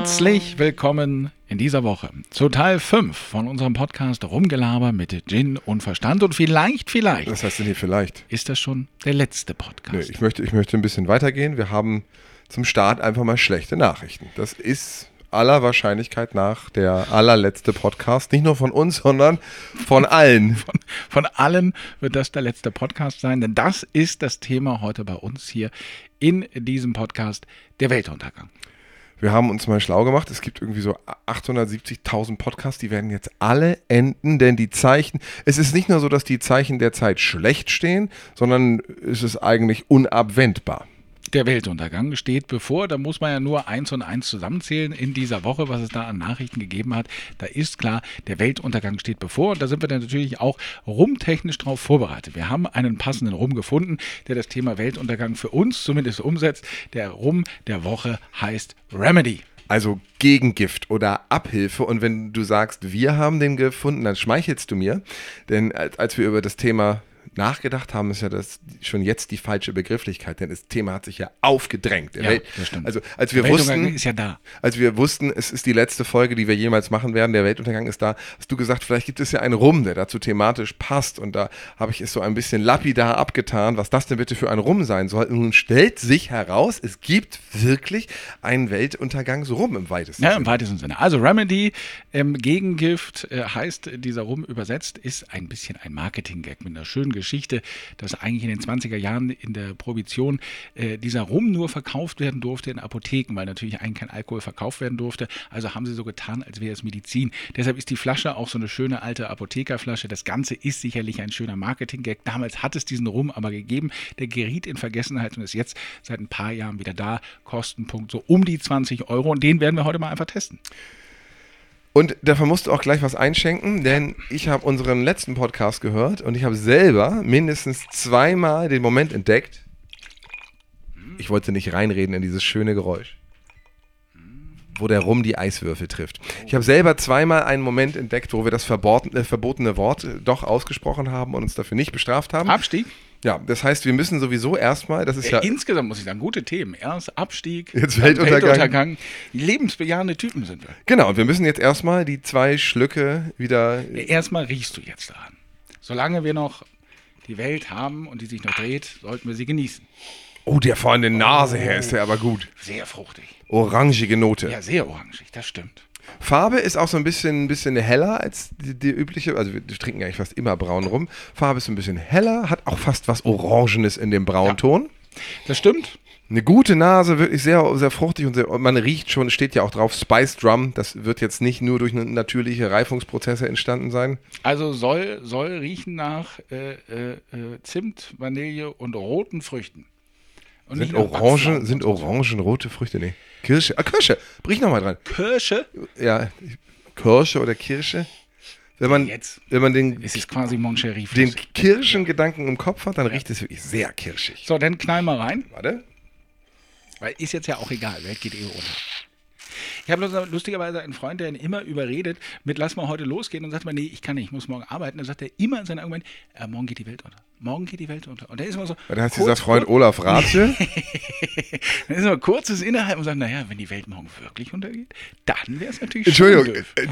Herzlich willkommen in dieser Woche zu Teil 5 von unserem Podcast Rumgelaber mit Gin und Verstand. Und vielleicht, Was heißt denn hier vielleicht? ist das schon der letzte Podcast. Nee, ich möchte ein bisschen weitergehen. Wir haben zum Start einfach mal schlechte Nachrichten. Das ist aller Wahrscheinlichkeit nach der allerletzte Podcast. Nicht nur von uns, sondern von allen. Von allen wird das der letzte Podcast sein, denn das ist das Thema heute bei uns hier in diesem Podcast, der Weltuntergang. Wir haben uns mal schlau gemacht. Es gibt irgendwie so 870.000 Podcasts, die werden jetzt alle enden, denn die Zeichen, es ist nicht nur so, dass die Zeichen der Zeit schlecht stehen, sondern es ist eigentlich unabwendbar. Der Weltuntergang steht bevor, da muss man ja nur 1 und 1 zusammenzählen in dieser Woche, was es da an Nachrichten gegeben hat. Da ist klar, der Weltuntergang steht bevor und da sind wir dann natürlich auch rumtechnisch drauf vorbereitet. Wir haben einen passenden Rum gefunden, der das Thema Weltuntergang für uns zumindest umsetzt. Der Rum der Woche heißt Remedy. Also Gegengift oder Abhilfe. Und wenn du sagst, wir haben den gefunden, dann schmeichelst du mir. Denn als wir über das Thema nachgedacht haben, ist ja das schon jetzt die falsche Begrifflichkeit, denn das Thema hat sich ja aufgedrängt. Ja, das stimmt. Also der Weltuntergang ist ja da. Als wir wussten, es ist die letzte Folge, die wir jemals machen werden, der Weltuntergang ist da, hast du gesagt, vielleicht gibt es ja einen Rum, der dazu thematisch passt. Und da habe ich es so ein bisschen lapidar abgetan, was das denn bitte für ein Rum sein soll. Und nun stellt sich heraus, es gibt wirklich einen Weltuntergangsrum im weitesten Sinne. Ja, im weitesten Sinne. Also Remedy, Gegengift heißt dieser Rum übersetzt, ist ein bisschen ein Marketing-Gag mit einer schönen Geschichte, dass eigentlich in den 20er Jahren in der Prohibition dieser Rum nur verkauft werden durfte in Apotheken, weil natürlich eigentlich kein Alkohol verkauft werden durfte. Also haben sie so getan, als wäre es Medizin. Deshalb ist die Flasche auch so eine schöne alte Apothekerflasche. Das Ganze ist sicherlich ein schöner Marketing-Gag. Damals hat es diesen Rum aber gegeben. Der geriet in Vergessenheit und ist jetzt seit ein paar Jahren wieder da. Kostenpunkt so um die 20 Euro und den werden wir heute mal einfach testen. Und dafür musst du auch gleich was einschenken, denn ich habe unseren letzten Podcast gehört und ich habe selber mindestens zweimal den Moment entdeckt. Ich wollte nicht reinreden in dieses schöne Geräusch, wo der Rum die Eiswürfel trifft. Ich habe selber zweimal einen Moment entdeckt, wo wir das verbotene Wort doch ausgesprochen haben und uns dafür nicht bestraft haben. Abstieg? Ja, das heißt, wir müssen sowieso erstmal, das ist ja... Insgesamt muss ich sagen, gute Themen. Erst Abstieg, jetzt Weltuntergang. Lebensbejahende Typen sind wir. Genau, und wir müssen jetzt erstmal die 2 Schlücke wieder... Erstmal riechst du jetzt daran. Solange wir noch die Welt haben und die sich noch dreht, sollten wir sie genießen. Oh, der von der Nase her ist der aber gut. Sehr fruchtig. Orangige Note. Ja, sehr orangig, das stimmt. Farbe ist auch so ein bisschen heller als die übliche, also wir trinken eigentlich fast immer braun rum. Farbe ist ein bisschen heller, hat auch fast was Orangenes in dem Braunton. Ja, das stimmt. Eine gute Nase, wirklich sehr, sehr fruchtig und man riecht schon, steht ja auch drauf, Spice-Drum. Das wird jetzt nicht nur durch natürliche Reifungsprozesse entstanden sein. Also soll riechen nach Zimt, Vanille und roten Früchten. Und sind Orangen rote Früchte? Nee. Kirsche. Kirsche. Brich nochmal dran. Kirsche? Ja, Kirsche oder Kirsche. Wenn man den, es ist quasi Moncherie den Kirschengedanken im Kopf hat, dann riecht es wirklich sehr kirschig. So, dann knall mal rein. Warte. Weil ist jetzt ja auch egal, Welt geht unter. Ich habe lustigerweise einen Freund, der ihn immer überredet mit lass mal heute losgehen und sagt mal, nee, ich kann nicht, ich muss morgen arbeiten. Dann sagt er immer in seinem Argument, morgen geht die Welt unter. Morgen geht die Welt unter. Und der ist immer so. Da heißt dieser Freund Olaf Ratsche. Dann ist immer kurzes Innehalten und sagt, naja, wenn die Welt morgen wirklich untergeht, dann wäre es natürlich Entschuldigung,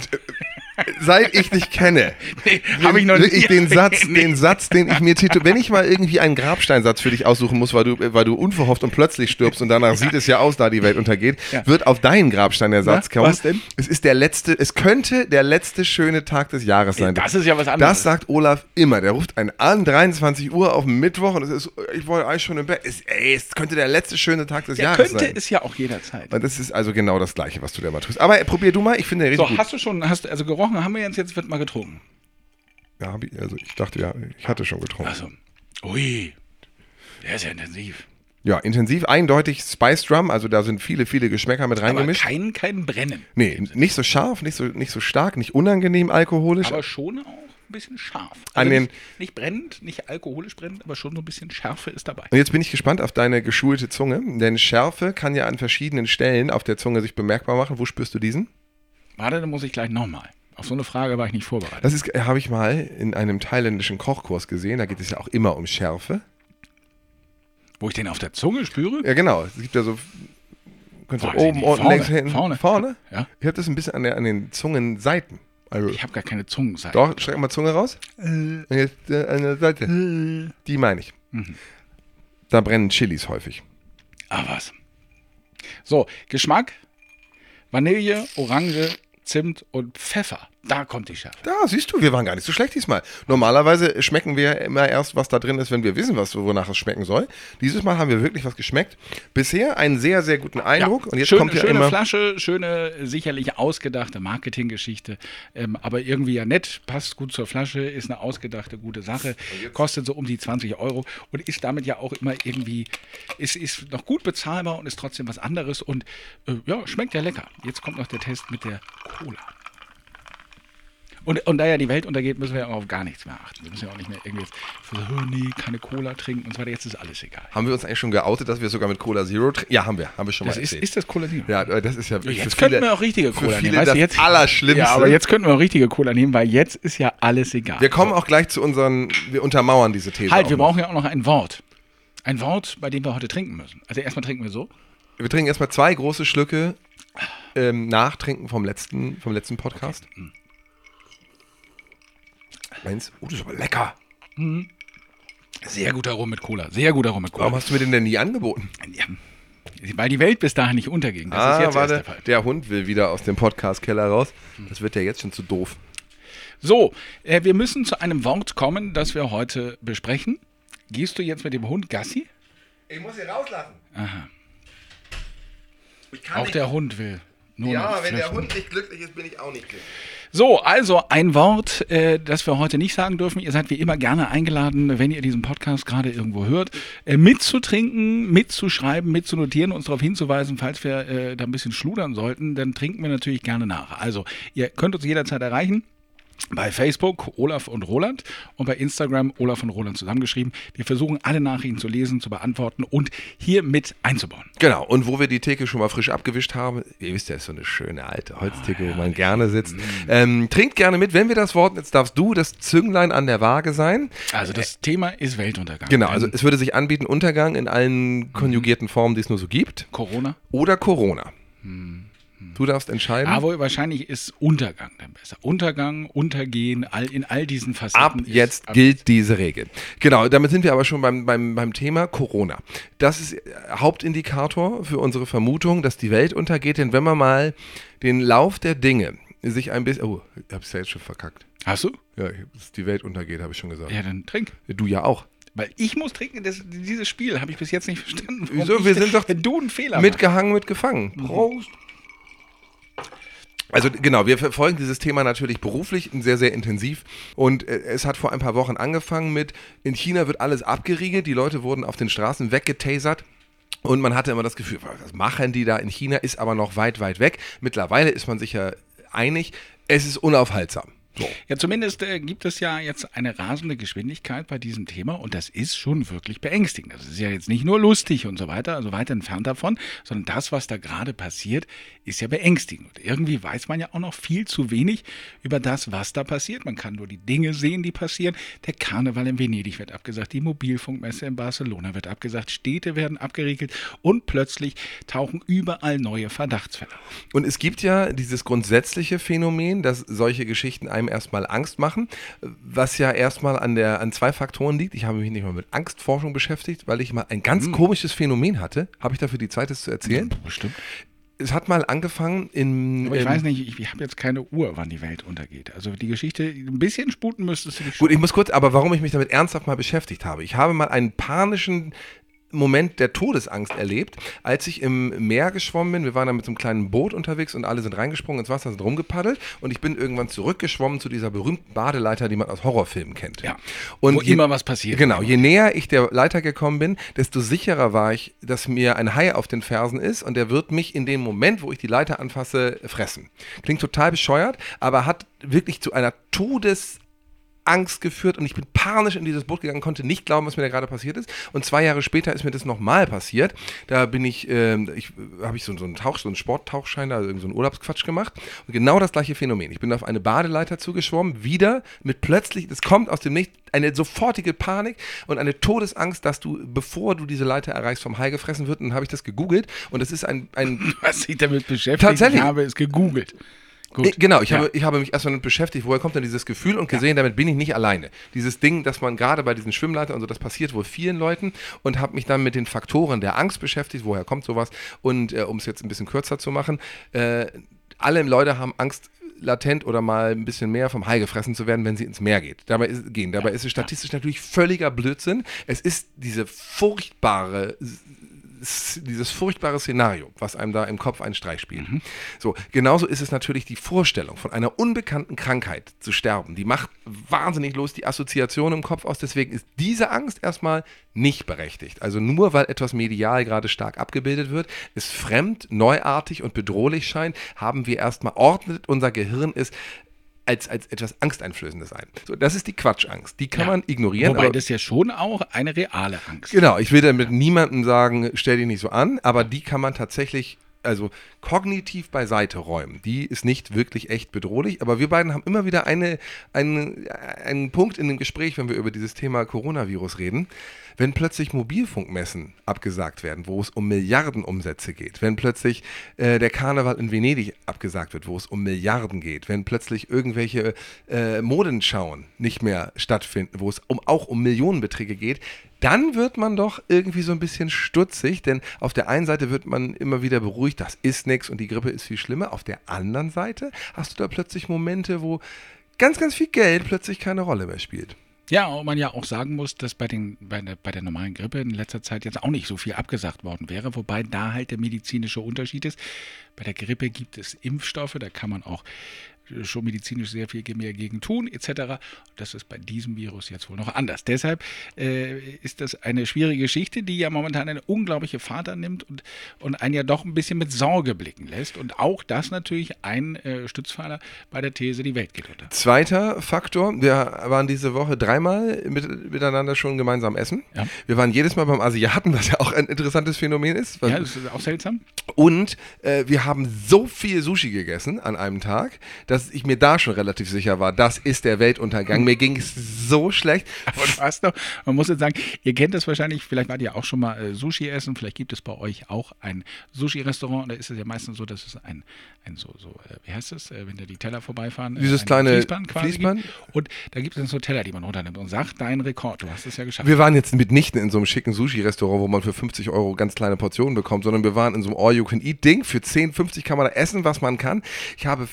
seit ich dich kenne, habe ich noch nicht. Den Satz, den ich mir wenn ich mal irgendwie einen Grabsteinsatz für dich aussuchen muss, weil du unverhofft und plötzlich stirbst und danach sieht es ja aus, da die Welt untergeht, wird auf deinen Grabstein der Satz kommen. Was denn? Es könnte der letzte schöne Tag des Jahres sein. Das ist ja was anderes. Das sagt Olaf immer. Der ruft einen an, 23 Uhr auf dem Mittwoch und es ist, ich wollte eigentlich schon im Bett. Es könnte der letzte schöne Tag des Jahres sein. Könnte es ja auch jederzeit. Und das ist also genau das Gleiche, was du da mal tust. Aber probier du mal, ich finde richtig gut. Hast du schon, also gerochen haben wir jetzt wird mal getrunken. Ja, ich dachte ja, ich hatte schon getrunken. Also, ui, der ist ja intensiv. Ja, intensiv, eindeutig Spice-Drum, also da sind viele, viele Geschmäcker mit reingemischt. Aber kein Brennen. Nee, nicht so scharf, nicht so stark, nicht unangenehm alkoholisch. Aber schon auch ein bisschen scharf. Nicht brennend, nicht alkoholisch brennend, aber schon so ein bisschen Schärfe ist dabei. Und jetzt bin ich gespannt auf deine geschulte Zunge, denn Schärfe kann ja an verschiedenen Stellen auf der Zunge sich bemerkbar machen. Wo spürst du diesen? Warte, dann muss ich gleich nochmal. Auf so eine Frage war ich nicht vorbereitet. Das habe ich mal in einem thailändischen Kochkurs gesehen, da geht es ja auch immer um Schärfe. Wo ich den auf der Zunge spüre? Ja, genau. Es gibt ja so Kannst du Weiß ich oben, nicht. unten, Vorne, links, hinten. vorne. Vorne? Ja. Ich habe das ein bisschen an den Zungenseiten. Also, Ich habe gar keine Zungenseite. doch, streck mal Zunge raus. Und jetzt an der Seite. Die meine ich. Da brennen Chilis häufig. Ah, was. So, Geschmack: Vanille, Orange, Zimt und Pfeffer. Da kommt die Schärfe. Da, siehst du, wir waren gar nicht so schlecht diesmal. Normalerweise schmecken wir immer erst, was da drin ist, wenn wir wissen, wonach es schmecken soll. Dieses Mal haben wir wirklich was geschmeckt. Bisher einen sehr, sehr guten Eindruck. Und jetzt kommt ja schöne immer Flasche, schöne, sicherlich ausgedachte Marketinggeschichte. Aber irgendwie ja nett, passt gut zur Flasche, ist eine ausgedachte, gute Sache. Kostet so um die 20 € und ist damit ja auch immer irgendwie, ist noch gut bezahlbar und ist trotzdem was anderes. Und ja, schmeckt ja lecker. Jetzt kommt noch der Test mit der Cola. Und da ja die Welt untergeht, müssen wir ja auch auf gar nichts mehr achten. Wir müssen ja auch nicht mehr irgendwie nee, keine Cola trinken und so weiter. Jetzt ist alles egal. Haben wir uns eigentlich schon geoutet, dass wir sogar mit Cola Zero trinken? Ja, haben wir schon mal erzählt. Ist das Cola Zero? Ja, das ist ja Jetzt könnten wir auch richtige Cola nehmen. Weißt du, das Allerschlimmste. Ja, aber jetzt könnten wir auch richtige Cola nehmen, weil jetzt ist ja alles egal. Wir kommen auch gleich zu wir untermauern diese These. Halt, wir brauchen ja auch noch ein Wort. Ein Wort, bei dem wir heute trinken müssen. Also erstmal trinken wir so. Wir trinken erstmal 2 große Schlücke Nachtrinken vom letzten Podcast. Okay. Meins? Oh, das ist aber lecker. Sehr guter Rum mit Cola. Sehr guter Rum mit Cola. Warum hast du mir den denn nie angeboten? Ja, weil die Welt bis dahin nicht unterging. Das ist jetzt erst der Fall. Der Hund will wieder aus dem Podcast-Keller raus. Das wird ja jetzt schon zu doof. So, wir müssen zu einem Wort kommen, das wir heute besprechen. Gehst du jetzt mit dem Hund Gassi? Ich muss ihn rauslassen. Aha. Auch der Hund will. Ja, wenn der Hund nicht glücklich ist, bin ich auch nicht glücklich. So, also ein Wort, das wir heute nicht sagen dürfen. Ihr seid wie immer gerne eingeladen, wenn ihr diesen Podcast gerade irgendwo hört, mitzutrinken, mitzuschreiben, mitzunotieren, uns darauf hinzuweisen, falls wir da ein bisschen schludern sollten, dann trinken wir natürlich gerne nach. Also, ihr könnt uns jederzeit erreichen. Bei Facebook Olaf und Roland und bei Instagram Olaf und Roland zusammengeschrieben. Wir versuchen alle Nachrichten zu lesen, zu beantworten und hier mit einzubauen. Genau, und wo wir die Theke schon mal frisch abgewischt haben, ihr wisst ja, ist so eine schöne alte Holztheke, wo man gerne sitzt. Trinkt gerne mit, wenn wir das Wort, jetzt darfst du das Zünglein an der Waage sein. Also das Thema ist Weltuntergang. Genau, also es würde sich anbieten, Untergang in allen konjugierten Formen, die es nur so gibt. Corona. Oder Corona. Du darfst entscheiden. Aber wahrscheinlich ist Untergang dann besser. Untergang, Untergehen, in all diesen Facetten. Ab jetzt gilt diese Regel. Genau, damit sind wir aber schon beim Thema Corona. Das ist Hauptindikator für unsere Vermutung, dass die Welt untergeht. Denn wenn man mal den Lauf der Dinge sich ein bisschen... Oh, ich hab's ja jetzt schon verkackt. Hast du? Ja, dass die Welt untergeht, habe ich schon gesagt. Ja, dann trink. Du ja auch. Weil ich muss trinken, dieses Spiel habe ich bis jetzt nicht verstanden. Wieso? Wir sind doch wenn du einen Fehler mitgehangen, mitgefangen. Prost. Also genau, wir verfolgen dieses Thema natürlich beruflich sehr, sehr intensiv und es hat vor ein paar Wochen angefangen mit, in China wird alles abgeriegelt, die Leute wurden auf den Straßen weggetasert und man hatte immer das Gefühl, was machen die da in China, ist aber noch weit, weit weg. Mittlerweile ist man sich ja einig, es ist unaufhaltsam. So. Ja, zumindest gibt es ja jetzt eine rasende Geschwindigkeit bei diesem Thema und das ist schon wirklich beängstigend. Das ist ja jetzt nicht nur lustig und so weiter, also weit entfernt davon, sondern das, was da gerade passiert, ist ja beängstigend. Und irgendwie weiß man ja auch noch viel zu wenig über das, was da passiert. Man kann nur die Dinge sehen, die passieren. Der Karneval in Venedig wird abgesagt, die Mobilfunkmesse in Barcelona wird abgesagt, Städte werden abgeriegelt und plötzlich tauchen überall neue Verdachtsfälle. Und es gibt ja dieses grundsätzliche Phänomen, dass solche Geschichten einem erstmal Angst machen, was ja erstmal an 2 Faktoren liegt. Ich habe mich nicht mal mit Angstforschung beschäftigt, weil ich mal ein ganz komisches Phänomen hatte. Habe ich dafür die Zeit, das zu erzählen? Ja, bestimmt. Es hat mal angefangen Aber ich weiß nicht, ich habe jetzt keine Uhr, wann die Welt untergeht. Also die Geschichte, ein bisschen sputen müsstest du dich schon. Gut, ich muss kurz, aber warum ich mich damit ernsthaft mal beschäftigt habe. Ich habe mal einen panischen Moment der Todesangst erlebt, als ich im Meer geschwommen bin. Wir waren da mit so einem kleinen Boot unterwegs und alle sind reingesprungen ins Wasser, sind rumgepaddelt und ich bin irgendwann zurückgeschwommen zu dieser berühmten Badeleiter, die man aus Horrorfilmen kennt. Ja. Und wo immer was passiert. Genau, je näher ich der Leiter gekommen bin, desto sicherer war ich, dass mir ein Hai auf den Fersen ist und der wird mich in dem Moment, wo ich die Leiter anfasse, fressen. Klingt total bescheuert, aber hat wirklich zu einer Angst geführt und ich bin panisch in dieses Boot gegangen, konnte nicht glauben, was mir da gerade passiert ist. Und 2 Jahre später ist mir das nochmal passiert. Da bin habe ich so einen Sporttauchschein, also irgend so einen Urlaubsquatsch gemacht. Und genau das gleiche Phänomen. Ich bin auf eine Badeleiter zugeschwommen, wieder mit plötzlich, es kommt aus dem Nichts, eine sofortige Panik und eine Todesangst, dass du, bevor du diese Leiter erreichst, vom Hai gefressen wird. Und dann habe ich das gegoogelt und es ist ein Was sich damit beschäftigt, ich habe es gegoogelt. Genau, ich habe mich erstmal damit beschäftigt, woher kommt denn dieses Gefühl und gesehen, damit bin ich nicht alleine. Dieses Ding, dass man gerade bei diesen Schwimmleitern und so, das passiert wohl vielen Leuten und habe mich dann mit den Faktoren der Angst beschäftigt, woher kommt sowas und um es jetzt ein bisschen kürzer zu machen, alle Leute haben Angst, latent oder mal ein bisschen mehr vom Hai gefressen zu werden, wenn sie ins Meer gehen. Dabei ist es statistisch natürlich völliger Blödsinn. Es ist dieses furchtbare Szenario, was einem da im Kopf einen Streich spielt. So, genauso ist es natürlich die Vorstellung, von einer unbekannten Krankheit zu sterben. Die macht wahnsinnig los die Assoziation im Kopf aus. Deswegen ist diese Angst erstmal nicht berechtigt. Also nur weil etwas medial gerade stark abgebildet wird, es fremd, neuartig und bedrohlich scheint, haben wir erstmal ordnet unser Gehirn es als etwas Angsteinflößendes ein. So, das ist die Quatschangst. Die kann man ignorieren. Wobei das ja schon auch eine reale Angst. Genau, ich will damit niemandem sagen, stell dich nicht so an, aber die kann man tatsächlich kognitiv beiseite räumen. Die ist nicht wirklich echt bedrohlich, aber wir beiden haben immer wieder einen Punkt in dem Gespräch, wenn wir über dieses Thema Coronavirus reden, wenn plötzlich Mobilfunkmessen abgesagt werden, wo es um Milliardenumsätze geht, wenn plötzlich der Karneval in Venedig abgesagt wird, wo es um Milliarden geht, wenn plötzlich irgendwelche Modenschauen nicht mehr stattfinden, wo es auch um Millionenbeträge geht, dann wird man doch irgendwie so ein bisschen stutzig, denn auf der einen Seite wird man immer wieder beruhigt, das ist nichts und die Grippe ist viel schlimmer. Auf der anderen Seite hast du da plötzlich Momente, wo ganz, ganz viel Geld plötzlich keine Rolle mehr spielt. Ja, und man ja auch sagen muss, dass bei der normalen Grippe in letzter Zeit jetzt auch nicht so viel abgesagt worden wäre, wobei da halt der medizinische Unterschied ist. Bei der Grippe gibt es Impfstoffe, da kann man auch schon medizinisch sehr viel mehr gegen tun, etc. Das ist bei diesem Virus jetzt wohl noch anders. Deshalb ist das eine schwierige Geschichte, die ja momentan eine unglaubliche Fahrt annimmt und einen ja doch ein bisschen mit Sorge blicken lässt. Und auch das natürlich ein Stützpfeiler bei der These, die Welt geht unter. Zweiter Faktor, wir waren diese Woche 3-mal miteinander schon gemeinsam essen. Ja. Wir waren jedes Mal beim Asiaten, was ja auch ein interessantes Phänomen ist. Ja, das ist auch seltsam. Und wir haben so viel Sushi gegessen an einem Tag, dass ich mir da schon relativ sicher war, das ist der Weltuntergang. Mir ging es so schlecht. Aber du hast doch, man muss jetzt sagen, ihr kennt das wahrscheinlich, vielleicht wart ihr auch schon mal Sushi essen, vielleicht gibt es bei euch auch ein Sushi-Restaurant, da ist es ja meistens so, dass es wie heißt es, wenn da die Teller vorbeifahren? Dieses kleine Fließband. Und da gibt es dann so Teller, die man runternimmt und sagt, dein Rekord, du hast es ja geschafft. Wir waren jetzt mitnichten in so einem schicken Sushi-Restaurant, wo man für 50 € ganz kleine Portionen bekommt, sondern wir waren in so einem All-You-Can-Eat-Ding. Für 10,50 kann man da essen, was man kann. Ich habe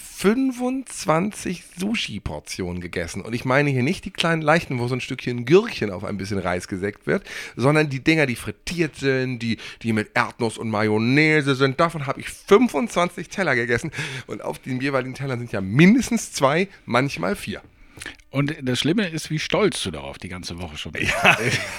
25 Sushi-Portionen gegessen. Und ich meine hier nicht die kleinen leichten, wo so ein Stückchen Gürkchen auf ein bisschen Reis gesägt wird, sondern die Dinger, die frittiert sind, die mit Erdnuss und Mayonnaise sind. Davon habe ich 25 Teller gegessen. Und auf den jeweiligen Tellern sind ja mindestens 2, manchmal 4. Und das Schlimme ist, wie stolz du darauf die ganze Woche schon bist. Ja.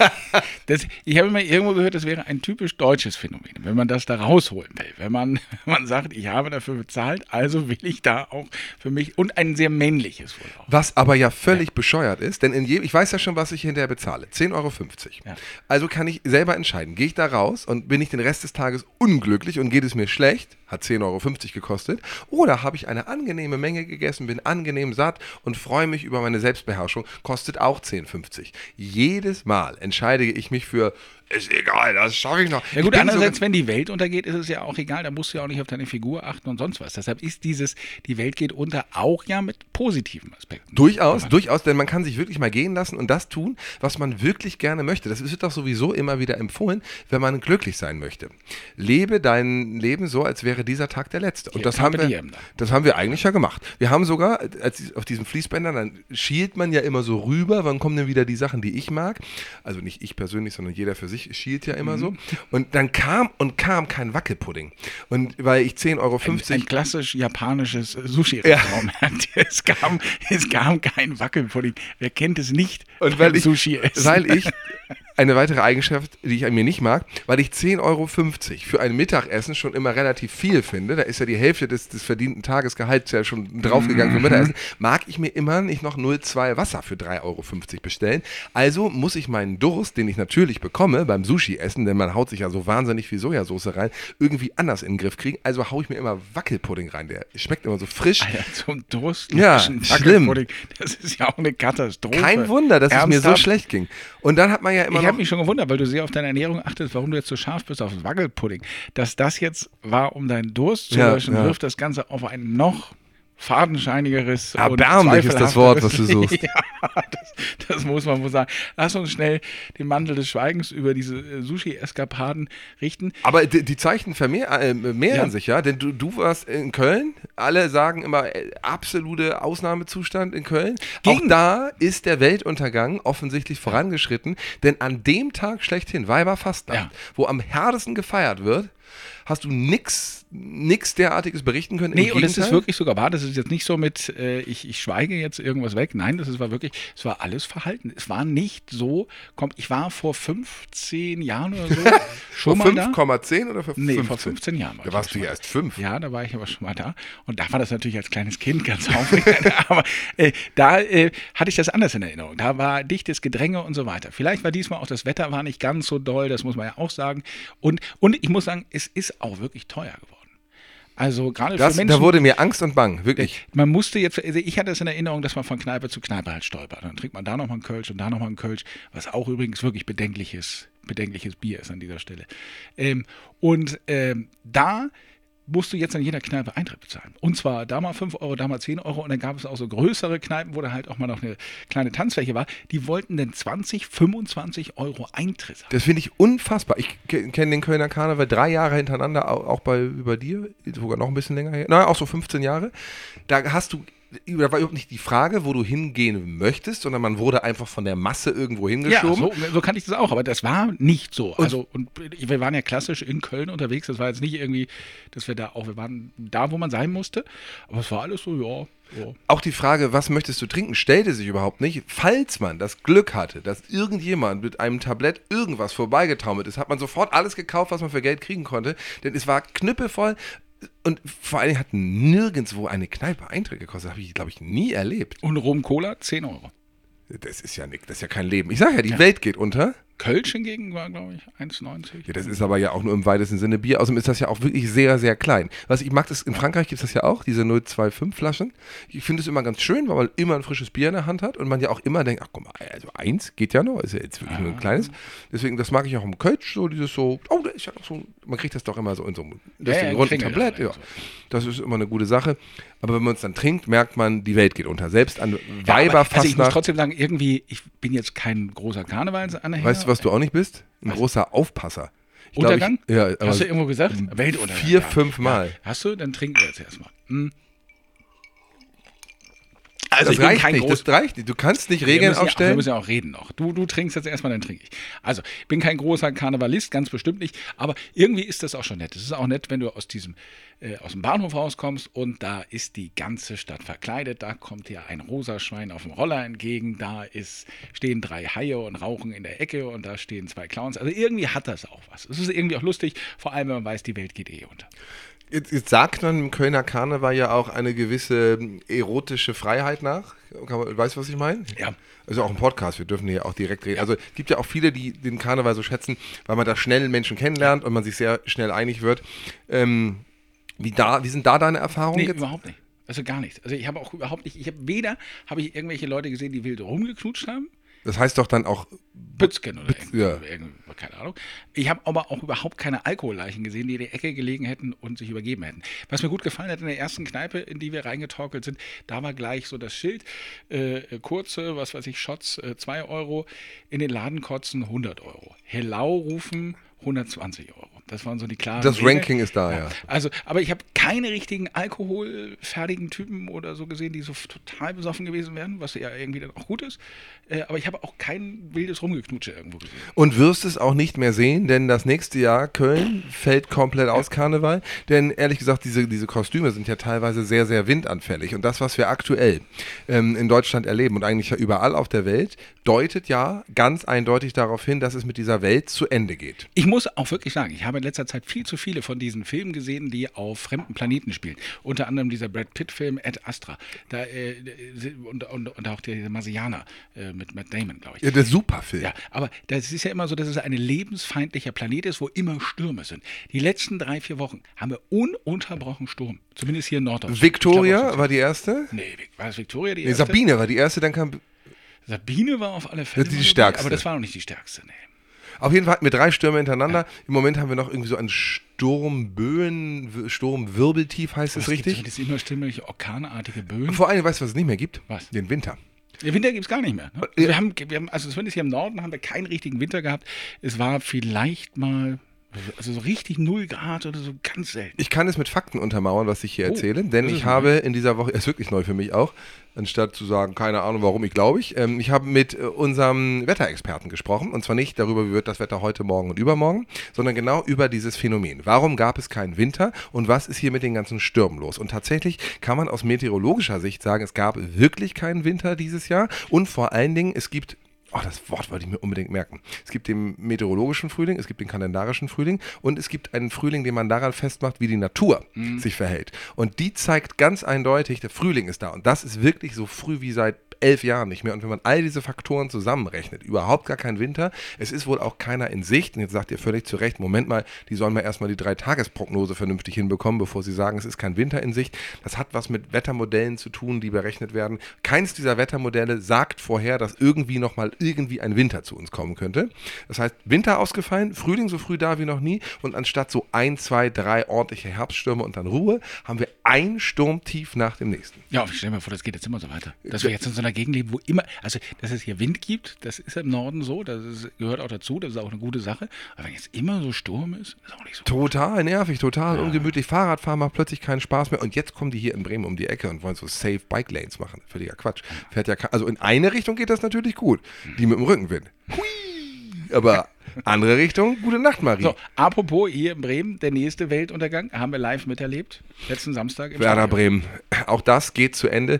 Ich habe immer irgendwo gehört, das wäre ein typisch deutsches Phänomen, wenn man das da rausholen will. Wenn man sagt, ich habe dafür bezahlt, also will ich da auch für mich, und ein sehr männliches wohl auch. Was aber ja völlig bescheuert ist, denn ich weiß ja schon, was ich hinterher bezahle. 10,50 €. Ja. Also kann ich selber entscheiden, gehe ich da raus und bin ich den Rest des Tages unglücklich und geht es mir schlecht, hat 10,50 € gekostet, oder habe ich eine angenehme Menge gegessen, bin angenehm satt und freue mich über meine Selbstbeherrschung, kostet auch 10,50 €. Jedes Mal entscheide ich mich für, ist egal, das schaffe ich noch. Ja gut, andererseits, wenn die Welt untergeht, ist es ja auch egal, da musst du ja auch nicht auf deine Figur achten und sonst was. Deshalb ist die Welt geht unter auch ja mit positiven Aspekten. Durchaus, denn man kann sich wirklich mal gehen lassen und das tun, was man wirklich gerne möchte. Das wird doch sowieso immer wieder empfohlen, wenn man glücklich sein möchte. Lebe dein Leben so, als wäre dieser Tag der letzte. Und das haben wir eigentlich ja gemacht. Wir haben sogar, auf diesen Fließbändern, dann schielt man ja immer so rüber, wann kommen denn wieder die Sachen, die ich mag. Also nicht ich persönlich, sondern jeder für sich ich schielt ja immer so. Und dann kam kein Wackelpudding. Und weil ich 10,50 Euro... Ein klassisch japanisches Sushi-Restaurant. Es kam kein Wackelpudding. Wer kennt es nicht? Und weil ich eine weitere Eigenschaft, die ich an mir nicht mag, weil ich 10,50 Euro für ein Mittagessen schon immer relativ viel finde, da ist ja die Hälfte des verdienten Tagesgehalts ja schon draufgegangen für Mittagessen, mag ich mir immer nicht noch 0,2 Wasser für 3,50 Euro bestellen. Also muss ich meinen Durst, den ich natürlich bekomme beim Sushi-Essen, denn man haut sich ja so wahnsinnig viel Sojasauce rein, irgendwie anders in den Griff kriegen. Also haue ich mir immer Wackelpudding rein. Der schmeckt immer so frisch. Alter, zum Durst. Ja, schlimm. Das ist ja auch eine Katastrophe. Kein Wunder, dass es mir so schlecht ging. Und dann hat man ja immer Ich habe mich schon gewundert, weil du sehr auf deine Ernährung achtest, warum du jetzt so scharf bist auf das Wackelpudding. Dass das jetzt war, um deinen Durst zu löschen, wirft das Ganze auf ein noch fadenscheinigeres erbärmlich ist das Wort, was du suchst. Ja, das muss man wohl sagen. Lass uns schnell den Mantel des Schweigens über diese Sushi-Eskapaden richten. Aber die Zeichen mehren sich, ja, denn du warst in Köln, alle sagen immer absolute Ausnahmezustand in Köln. Auch da ist der Weltuntergang offensichtlich vorangeschritten, denn an dem Tag schlechthin, Weiberfastnacht, wo am härtesten gefeiert wird, hast du nix derartiges berichten können? Nee, und es ist wirklich sogar wahr, das ist jetzt nicht so mit, ich schweige jetzt irgendwas weg. Nein, es war alles Verhalten. Es war nicht so, ich war vor 15 Jahren oder so schon vor mal 5,10 oder vor 15? Nee, vor 15 Jahren. Da warst du ja erst 5. Ja, da war ich aber schon mal da. Und da war das natürlich als kleines Kind ganz aufregend. Aber da hatte ich das anders in Erinnerung. Da war dichtes Gedränge und so weiter. Vielleicht war diesmal auch das Wetter war nicht ganz so doll, das muss man ja auch sagen. Und ich muss sagen, es ist auch wirklich teuer geworden. Also gerade für Menschen... Da wurde mir Angst und Bang, wirklich. Man musste jetzt, also ich hatte es in Erinnerung, dass man von Kneipe zu Kneipe halt stolpert. Dann trinkt man da nochmal einen Kölsch und da nochmal einen Kölsch, was auch übrigens wirklich bedenkliches Bier ist an dieser Stelle. Da musst du jetzt in jeder Kneipe Eintritt bezahlen. Und zwar da mal 5 Euro, da mal 10 Euro. Und dann gab es auch so größere Kneipen, wo da halt auch mal noch eine kleine Tanzfläche war. Die wollten dann 20, 25 Euro Eintritt haben. Das finde ich unfassbar. Ich kenne den Kölner Karneval 3 Jahre hintereinander, auch über dir, sogar noch ein bisschen länger her. Naja, auch so 15 Jahre. Da war überhaupt nicht die Frage, wo du hingehen möchtest, sondern man wurde einfach von der Masse irgendwo hingeschoben. Ja, so kann ich das auch, aber das war nicht so. Und wir waren ja klassisch in Köln unterwegs, das war jetzt nicht irgendwie, dass wir waren da, wo man sein musste, aber es war alles so, ja. Auch die Frage, was möchtest du trinken, stellte sich überhaupt nicht. Falls man das Glück hatte, dass irgendjemand mit einem Tablett irgendwas vorbeigetaumelt ist, hat man sofort alles gekauft, was man für Geld kriegen konnte, denn es war knüppelvoll. Und vor allem hat nirgendwo eine Kneipe Eintritt gekostet. Das habe ich, glaube ich, nie erlebt. Und Rum-Cola 10 Euro. Das ist ja kein Leben. Ich sage ja, die Welt geht unter. Kölsch hingegen war, glaube ich, 1,90. Ja, das ist aber ja auch nur im weitesten Sinne Bier. Außerdem ist das ja auch wirklich sehr, sehr klein. Was ich mag, in Frankreich gibt es das ja auch, diese 0,25 Flaschen. Ich finde es immer ganz schön, weil man immer ein frisches Bier in der Hand hat und man ja auch immer denkt, ach guck mal, also 1 geht ja noch, ist ja jetzt wirklich nur ein kleines. Deswegen, das mag ich auch im Kölsch, so dieses so, da ist ja noch so, man kriegt das doch immer so in so einem runden Tablett. Ja. Das ist immer eine gute Sache. Aber wenn man es dann trinkt, merkt man, die Welt geht unter. Selbst an Weiberfastnacht. Also ich muss trotzdem sagen, irgendwie, ich bin jetzt kein großer Karnevalsanhänger. Weißt du, was du auch nicht bist? Ein großer Aufpasser. Untergang? Ja, hast du irgendwo gesagt? Weltuntergang. 4, 5 Mal. Ja. Hast du? Dann trinken wir jetzt erstmal. Also das reicht nicht. Du kannst nicht Regeln aufstellen. Wir müssen ja auch reden noch. Du trinkst jetzt erstmal, dann trinke ich. Also, ich bin kein großer Karnevalist, ganz bestimmt nicht. Aber irgendwie ist das auch schon nett. Es ist auch nett, wenn du aus dem Bahnhof rauskommst und da ist die ganze Stadt verkleidet. Da kommt dir ein rosa Schwein auf dem Roller entgegen. Da stehen 3 Haie und rauchen in der Ecke und da stehen 2 Clowns. Also irgendwie hat das auch was. Es ist irgendwie auch lustig, vor allem wenn man weiß, die Welt geht unter. Jetzt sagt man im Kölner Karneval ja auch eine gewisse erotische Freiheit nach. Weißt du, was ich meine? Ja. Also auch im Podcast, wir dürfen hier auch direkt reden. Also es gibt ja auch viele, die den Karneval so schätzen, weil man da schnell Menschen kennenlernt und man sich sehr schnell einig wird. Wie sind da deine Erfahrungen jetzt? Nee, überhaupt nicht. Also gar nicht. Also ich habe auch überhaupt nicht, weder habe ich irgendwelche Leute gesehen, die wild rumgeknutscht haben. Das heißt doch dann auch Bützken oder keine Ahnung. Ich habe aber auch überhaupt keine Alkoholleichen gesehen, die in der Ecke gelegen hätten und sich übergeben hätten. Was mir gut gefallen hat in der ersten Kneipe, in die wir reingetorkelt sind, da war gleich so das Schild, kurze, Shots 2 Euro, in den Laden kotzen 100 Euro. Hellau rufen 120 Euro. Das waren so die klaren Das Wege. Ranking ist da, ja. Also, aber ich habe keine richtigen alkoholfertigen Typen oder so gesehen, die so total besoffen gewesen wären, was ja irgendwie dann auch gut ist. Aber ich habe auch kein wildes Rumgeknutsche irgendwo gesehen. Und wirst es auch nicht mehr sehen, denn das nächste Jahr Köln fällt komplett aus Karneval. Denn ehrlich gesagt, diese Kostüme sind ja teilweise sehr, sehr windanfällig. Und das, was wir aktuell in Deutschland erleben und eigentlich ja überall auf der Welt, deutet ja ganz eindeutig darauf hin, dass es mit dieser Welt zu Ende geht. Ich muss auch wirklich sagen, ich habe in letzter Zeit viel zu viele von diesen Filmen gesehen, die auf fremden Planeten spielen. Unter anderem dieser Brad Pitt-Film Ad Astra. Und auch der Marsianer mit Matt Damon, glaube ich. Ja, der Superfilm. Ja, aber das ist ja immer so, dass es ein lebensfeindlicher Planet ist, wo immer Stürme sind. Die letzten 3-4 Wochen haben wir ununterbrochen Sturm. Zumindest hier in Norddeutschland. Victoria war die erste? Nee, war das Victoria die Nee, erste? Sabine war die erste, dann kam... Sabine war auf alle Fälle die stärkste. aber das war noch nicht die stärkste. Nee. Auf jeden Fall hatten wir 3 Stürme hintereinander. Ja. Im Moment haben wir noch irgendwie so ein Sturmwirbeltief, heißt es richtig? Das immer stimmlich orkanartige Böen. Vor allem, weißt du, was es nicht mehr gibt? Was? Den Winter. Den Winter gibt es gar nicht mehr. Ne? Also wir haben, also zumindest hier im Norden haben wir keinen richtigen Winter gehabt. Es war vielleicht mal, also so richtig 0 Grad oder so, ganz selten. Ich kann es mit Fakten untermauern, was ich hier erzähle, denn ich habe in dieser Woche, ist wirklich neu für mich auch, anstatt zu sagen, keine Ahnung warum, ich habe mit unserem Wetterexperten gesprochen, und zwar nicht darüber, wie wird das Wetter heute, morgen und übermorgen, sondern genau über dieses Phänomen. Warum gab es keinen Winter und was ist hier mit den ganzen Stürmen los? Und tatsächlich kann man aus meteorologischer Sicht sagen, es gab wirklich keinen Winter dieses Jahr und vor allen Dingen, es gibt... Oh, das Wort wollte ich mir unbedingt merken. Es gibt den meteorologischen Frühling, es gibt den kalendarischen Frühling und es gibt einen Frühling, den man daran festmacht, wie die Natur sich verhält. Und die zeigt ganz eindeutig, der Frühling ist da. Und das ist wirklich so früh wie seit 11 Jahren nicht mehr. Und wenn man all diese Faktoren zusammenrechnet, überhaupt gar kein Winter, es ist wohl auch keiner in Sicht. Und jetzt sagt ihr völlig zu Recht, Moment mal, die sollen mal erstmal die 3-Tages-Prognose vernünftig hinbekommen, bevor sie sagen, es ist kein Winter in Sicht. Das hat was mit Wettermodellen zu tun, die berechnet werden. Keins dieser Wettermodelle sagt vorher, dass irgendwie ein Winter zu uns kommen könnte. Das heißt, Winter ausgefallen, Frühling so früh da wie noch nie und anstatt so 1, 2, 3 ordentliche Herbststürme und dann Ruhe, haben wir ein Sturmtief nach dem nächsten. Ja, ich stelle mir vor, das geht jetzt immer so weiter. Dass wir jetzt in so einer Gegend leben, wo immer, also dass es hier Wind gibt, das ist im Norden so, gehört auch dazu, das ist auch eine gute Sache. Aber wenn jetzt immer so Sturm ist auch nicht so. Total nervig, total ungemütlich. Fahrradfahren macht plötzlich keinen Spaß mehr und jetzt kommen die hier in Bremen um die Ecke und wollen so Safe Bike Lanes machen. Völliger Quatsch. Also in eine Richtung geht das natürlich gut. Die mit dem Rückenwind. Hui! Aber andere Richtung, gute Nacht, Marie. So, apropos hier in Bremen, der nächste Weltuntergang, haben wir live miterlebt. Letzten Samstag im Werder Stadion. Bremen. Auch das geht zu Ende.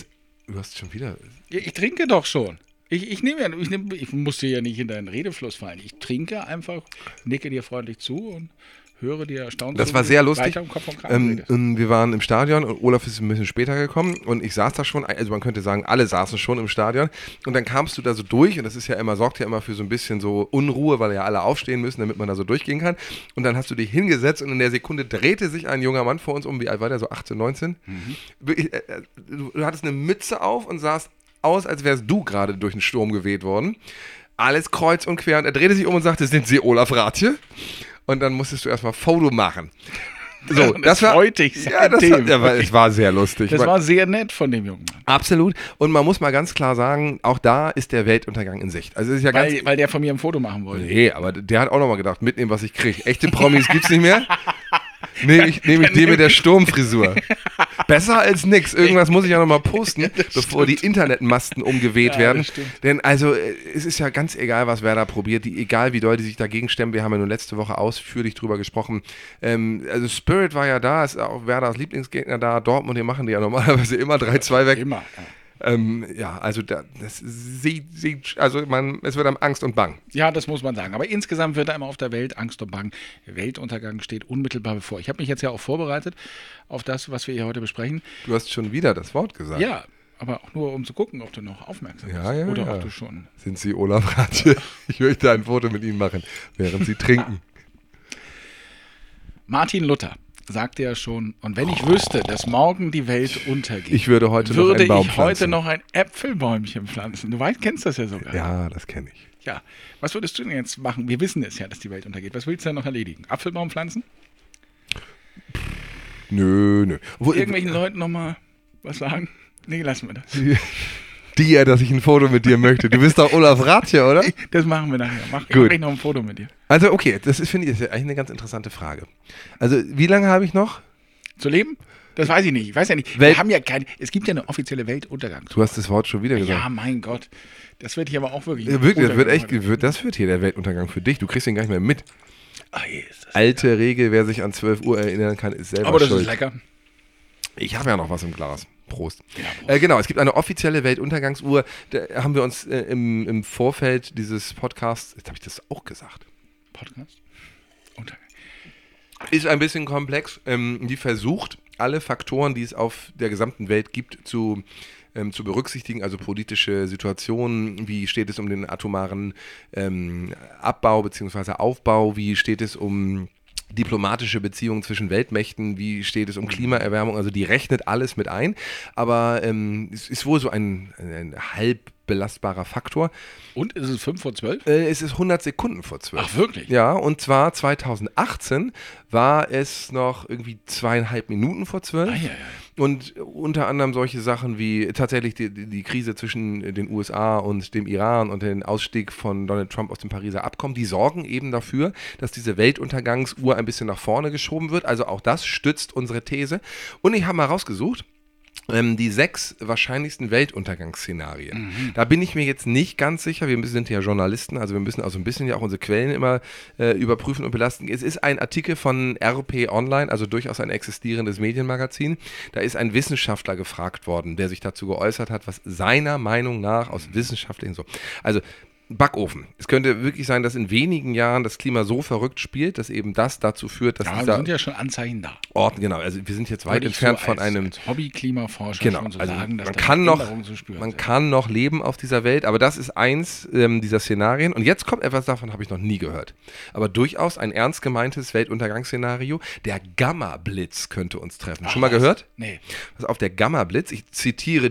Du hast schon wieder... Ich trinke doch schon. Ich muss dir ja nicht in deinen Redefluss fallen. Ich trinke einfach, nicke dir freundlich zu und höre dir erstaunt Das zu, war sehr lustig. weiter im Kopf und Kragen redest. Wir waren im Stadion und Olaf ist ein bisschen später gekommen und ich saß da schon, also man könnte sagen, alle saßen schon im Stadion und dann kamst du da so durch und das ist ja immer, sorgt ja immer für so ein bisschen so Unruhe, weil ja alle aufstehen müssen, damit man da so durchgehen kann und dann hast du dich hingesetzt und in der Sekunde drehte sich ein junger Mann vor uns um, wie alt war der, so 18, 19? Du hattest eine Mütze auf und sahst aus, als wärst du gerade durch einen Sturm geweht worden. Alles kreuz und quer und er drehte sich um und sagte, sind Sie Olaf Rathje? Und dann musstest du erstmal Foto machen. So, das freut dich seitdem. Es war sehr lustig. Das war sehr nett von dem jungen Mann. Absolut. Und man muss mal ganz klar sagen, auch da ist der Weltuntergang in Sicht. Also es ist ja weil der von mir ein Foto machen wollte. Nee, aber der hat auch nochmal gedacht, mitnehmen, was ich kriege. Echte Promis gibt's nicht mehr. Nehme ich den mit der Sturmfrisur. Besser als nix. Irgendwas muss ich ja nochmal posten, bevor die Internetmasten umgeweht werden. Denn also, es ist ja ganz egal, was Werder probiert. Egal, wie doll die sich dagegen stemmen. Wir haben ja nur letzte Woche ausführlich drüber gesprochen. Also Spirit war ja da, ist auch Werders Lieblingsgegner da. Dortmund, die machen die ja normalerweise immer 3-2 weg. Immer, also es wird einem Angst und Bang. Ja, das muss man sagen. Aber insgesamt wird einem auf der Welt Angst und Bang. Der Weltuntergang steht unmittelbar bevor. Ich habe mich jetzt ja auch vorbereitet auf das, was wir hier heute besprechen. Du hast schon wieder das Wort gesagt. Ja, aber auch nur um zu gucken, ob du noch aufmerksam bist. Ja, oder ob du schon... Sind Sie Olaf Rathje? Ich möchte ein Foto mit Ihnen machen, während Sie trinken. Martin Luther sagte ja schon, und wenn ich wüsste, dass morgen die Welt untergeht, ich würde heute noch einen Baum pflanzen. noch ein Äpfelbäumchen pflanzen. Du kennst das ja sogar. Ja, das kenne ich. Ja, was würdest du denn jetzt machen? Wir wissen es ja, dass die Welt untergeht. Was willst du denn noch erledigen? Apfelbaum pflanzen? Nö. Irgendwelchen Leuten nochmal was sagen? Nee, lassen wir das. Dass ich ein Foto mit dir möchte. Du bist doch Olaf Rathje, oder? Das machen wir nachher. Mach ich noch ein Foto mit dir. Also okay, finde ich, ist ja eigentlich eine ganz interessante Frage. Also wie lange habe ich noch? Zu leben? Das weiß ich nicht. Ich weiß ja nicht. Wir haben ja keine. Es gibt ja eine offizielle Weltuntergangsuhr. Du hast das Wort schon wieder gesagt. Ja, mein Gott. Das wird hier aber auch wirklich. Wirklich, das wird hier der Weltuntergang für dich. Du kriegst ihn gar nicht mehr mit. Ist das Alte lecker. Regel, wer sich an 12 Uhr erinnern kann, ist selber Aber das schuld. ist lecker. Ich habe ja noch was im Glas. Prost. Ja, Prost. Genau, es gibt eine offizielle Weltuntergangsuhr. Da haben wir uns im Vorfeld dieses Podcasts, jetzt habe ich das auch gesagt, Podcast? Untergang. ist ein bisschen komplex. Die versucht, alle Faktoren, die es auf der gesamten Welt gibt, zu berücksichtigen, also politische Situationen, wie steht es um den atomaren Abbau bzw. Aufbau, wie steht es um diplomatische Beziehungen zwischen Weltmächten, wie steht es um Klimaerwärmung, also die rechnet alles mit ein, aber es ist wohl so ein halb belastbarer Faktor. Und ist es 5 vor 12? Es ist 100 Sekunden vor 12. Ach, wirklich? Ja, und zwar 2018 war es noch irgendwie 2,5 Minuten vor 12. Ah, ja. Und unter anderem solche Sachen wie tatsächlich die Krise zwischen den USA und dem Iran und den Ausstieg von Donald Trump aus dem Pariser Abkommen, die sorgen eben dafür, dass diese Weltuntergangsuhr ein bisschen nach vorne geschoben wird. Also auch das stützt unsere These. Und ich habe mal rausgesucht, die 6 wahrscheinlichsten Weltuntergangsszenarien. Da bin ich mir jetzt nicht ganz sicher, wir sind ja Journalisten, also wir müssen also ein bisschen ja auch unsere Quellen immer überprüfen und belasten. Es ist ein Artikel von RP Online, also durchaus ein existierendes Medienmagazin. Da ist ein Wissenschaftler gefragt worden, der sich dazu geäußert hat, was seiner Meinung nach aus wissenschaftlichen also Backofen. Es könnte wirklich sein, dass in wenigen Jahren das Klima so verrückt spielt, dass eben das dazu führt, dass Ja, sind ja schon Anzeichen da. Orten, genau, also wir sind jetzt weit Würde ich entfernt so von einem als Hobby-Klimaforscher Genau, schon so also sagen, dass man da kann noch, Änderungen zu spüren man sind. kann noch leben auf dieser Welt, aber das ist eins dieser Szenarien. Und jetzt kommt etwas, davon habe ich noch nie gehört. Aber durchaus ein ernst gemeintes Weltuntergangsszenario. Der Gamma-Blitz könnte uns treffen. Schon mal gehört? Nee. Also auf der Gamma-Blitz, ich zitiere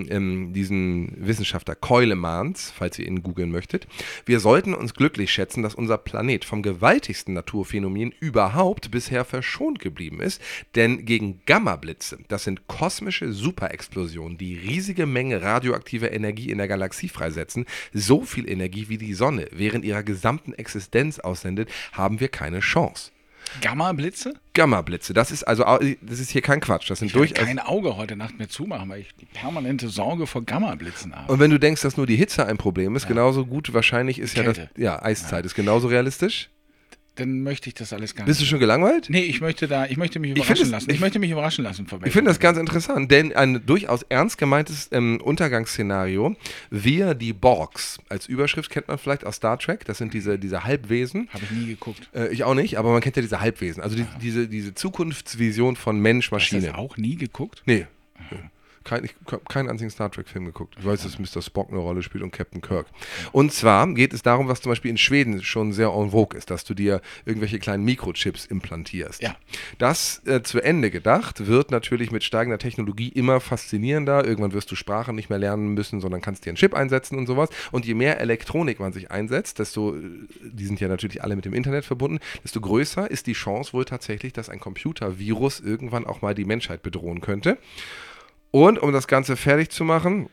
diesen Wissenschaftler Keulemans, falls ihr ihn googeln möchtet. Wir sollten uns glücklich schätzen, dass unser Planet vom gewaltigsten Naturphänomen überhaupt bisher verschont geblieben ist, denn gegen Gamma-Blitze, das sind kosmische Superexplosionen, die riesige Menge radioaktiver Energie in der Galaxie freisetzen, so viel Energie wie die Sonne während ihrer gesamten Existenz aussendet, haben wir keine Chance. Gamma-Blitze? Gamma-Blitze, das ist hier kein Quatsch, das sind Ich werde durchaus... kein Auge heute Nacht mehr zumachen, weil ich die permanente Sorge vor Gamma-Blitzen habe. Und wenn du denkst, dass nur die Hitze ein Problem ist, genauso gut wahrscheinlich ist Kälte. Eiszeit ist genauso realistisch. Dann möchte ich das alles gar Bist du schon gelangweilt? Nee, ich möchte mich überraschen lassen. Ich möchte mich überraschen lassen. Ich finde das ganz interessant, denn ein durchaus ernst gemeintes Untergangsszenario, wir die Borgs, als Überschrift kennt man vielleicht aus Star Trek, das sind diese Halbwesen. Habe ich nie geguckt. Ich auch nicht, aber man kennt ja diese Halbwesen, also diese Zukunftsvision von Mensch-Maschine. Hast du das auch nie geguckt? Nee. Keinen einzigen Star Trek-Film geguckt. Ich weiß, dass Mr. Spock eine Rolle spielt und Captain Kirk. Und zwar geht es darum, was zum Beispiel in Schweden schon sehr en vogue ist, dass du dir irgendwelche kleinen Mikrochips implantierst. Ja. Das zu Ende gedacht wird natürlich mit steigender Technologie immer faszinierender. Irgendwann wirst du Sprachen nicht mehr lernen müssen, sondern kannst dir einen Chip einsetzen und sowas. Und je mehr Elektronik man sich einsetzt, die sind ja natürlich alle mit dem Internet verbunden, desto größer ist die Chance wohl tatsächlich, dass ein Computervirus irgendwann auch mal die Menschheit bedrohen könnte. Und um das Ganze fertig zu machen,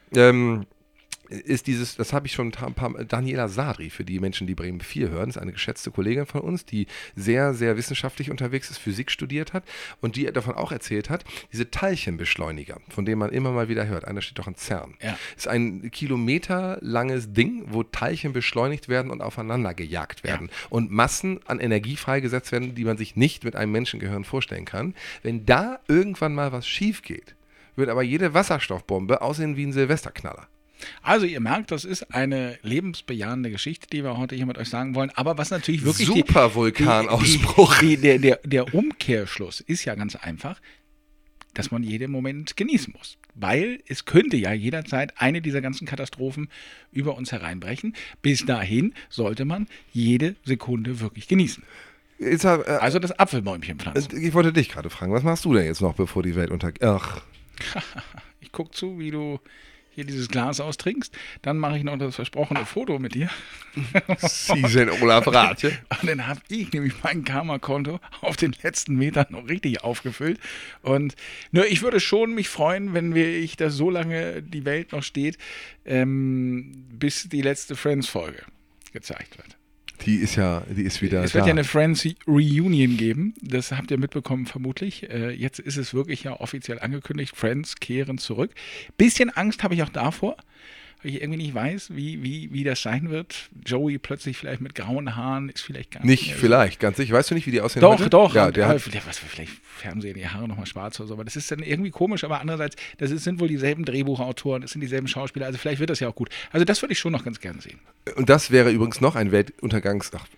ist das habe ich schon ein paar Mal, Daniela Sadri, für die Menschen, die Bremen 4 hören, ist eine geschätzte Kollegin von uns, die sehr, sehr wissenschaftlich unterwegs ist, Physik studiert hat und die davon auch erzählt hat, diese Teilchenbeschleuniger, von denen man immer mal wieder hört, einer steht doch in CERN, ist ein kilometerlanges Ding, wo Teilchen beschleunigt werden und aufeinander gejagt werden und Massen an Energie freigesetzt werden, die man sich nicht mit einem Menschengehirn vorstellen kann. Wenn da irgendwann mal was schief geht, wird aber jede Wasserstoffbombe aussehen wie ein Silvesterknaller. Also ihr merkt, das ist eine lebensbejahende Geschichte, die wir heute hier mit euch sagen wollen. Aber was natürlich wirklich Supervulkanausbruch. Der Umkehrschluss ist ja ganz einfach, dass man jeden Moment genießen muss. Weil es könnte ja jederzeit eine dieser ganzen Katastrophen über uns hereinbrechen. Bis dahin sollte man jede Sekunde wirklich genießen. Also das Apfelbäumchen pflanzen. Ich wollte dich gerade fragen, was machst du denn jetzt noch, bevor die Welt untergeht? Ach. Ich gucke zu, wie du hier dieses Glas austrinkst. Dann mache ich noch das versprochene Foto mit dir. Sie sind Olaf Ratje. Und dann habe ich nämlich mein Karma-Konto auf den letzten Metern noch richtig aufgefüllt. Und nur ich würde schon mich freuen, wenn dass so lange die Welt noch steht, bis die letzte Friends-Folge gezeigt wird. Die ist wieder Es wird ja eine Friends Reunion geben, das habt ihr mitbekommen vermutlich. Jetzt ist es wirklich ja offiziell angekündigt, Friends kehren zurück. Bisschen Angst habe ich auch davor, weil ich irgendwie nicht weiß, wie das sein wird. Joey plötzlich vielleicht mit grauen Haaren ist vielleicht gar nicht vielleicht, ganz sicher. Weißt du nicht, wie die aussehen Doch, heute? doch. Ja, Vielleicht färben sie die Haare nochmal schwarz oder so, aber das ist dann irgendwie komisch, aber andererseits, sind wohl dieselben Drehbuchautoren, das sind dieselben Schauspieler, also vielleicht wird das ja auch gut. Also das würde ich schon noch ganz gerne sehen. Und das wäre übrigens noch ein Weltuntergangs... Ach,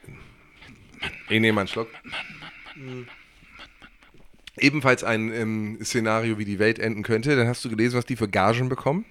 ich nehme mal einen Schluck. Mann. Ebenfalls ein Szenario, wie die Welt enden könnte. Dann hast du gelesen, was die für Gagen bekommen?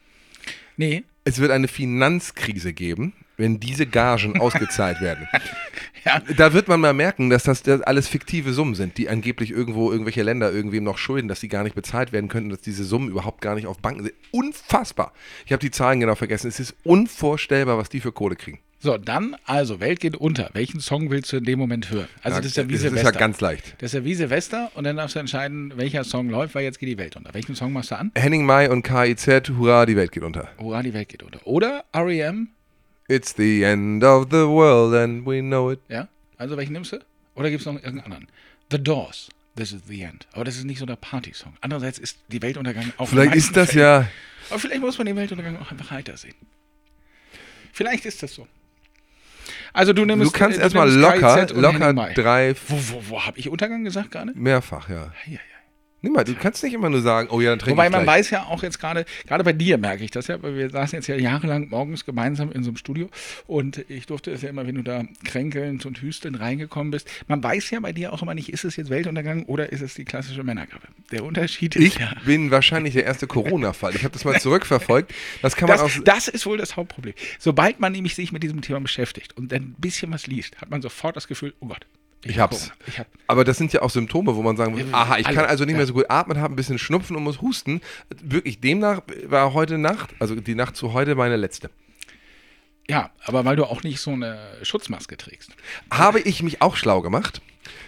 Nee. Es wird eine Finanzkrise geben, wenn diese Gagen ausgezahlt werden. Ja. Da wird man mal merken, dass das alles fiktive Summen sind, die angeblich irgendwelche Länder irgendwem noch schulden, dass die gar nicht bezahlt werden könnten, dass diese Summen überhaupt gar nicht auf Banken sind. Unfassbar. Ich habe die Zahlen genau vergessen. Es ist unvorstellbar, was die für Kohle kriegen. So, dann, also, Welt geht unter. Welchen Song willst du in dem Moment hören? Also, das ist ja wie Silvester. Das ist ja ganz leicht. Das ist ja wie Silvester und dann darfst du entscheiden, welcher Song läuft, weil jetzt geht die Welt unter. Welchen Song machst du an? Henning Mai und KIZ, Hurra, die Welt geht unter. Hurra, die Welt geht unter. Oder R.E.M. It's the end of the world and we know it. Ja, also welchen nimmst du? Oder gibt es noch irgendeinen anderen? The Doors, This is the End. Aber das ist nicht so der Party-Song. Andererseits ist die Weltuntergang auch... Vielleicht ist das ja... Aber vielleicht muss man den Weltuntergang auch einfach heiter sehen. Vielleicht ist das so. Also du kannst erstmal locker 3... Wo habe ich Untergang gesagt gerade? Mehrfach, ja. Nimm mal, du kannst nicht immer nur sagen, oh ja, dann trinke ich Wobei man gleich. weiß ja auch jetzt gerade bei dir merke ich das ja, weil wir saßen jetzt ja jahrelang morgens gemeinsam in so einem Studio und ich durfte es ja immer, wenn du da kränkelnd und hüstelnd reingekommen bist, man weiß ja bei dir auch immer nicht, ist es jetzt Weltuntergang oder ist es die klassische Männergrippe? Der Unterschied ist Ich bin wahrscheinlich der erste Corona-Fall. Ich habe das mal zurückverfolgt. Das ist wohl das Hauptproblem. Sobald man nämlich sich mit diesem Thema beschäftigt und dann ein bisschen was liest, hat man sofort das Gefühl, oh Gott. Ich hab's. Aber das sind ja auch Symptome, wo man sagen muss, aha, ich kann also nicht mehr so gut atmen, habe ein bisschen Schnupfen und muss husten. Wirklich, demnach war heute Nacht, also die Nacht zu heute, meine letzte. Ja, aber weil du auch nicht so eine Schutzmaske trägst. Habe ich mich auch schlau gemacht.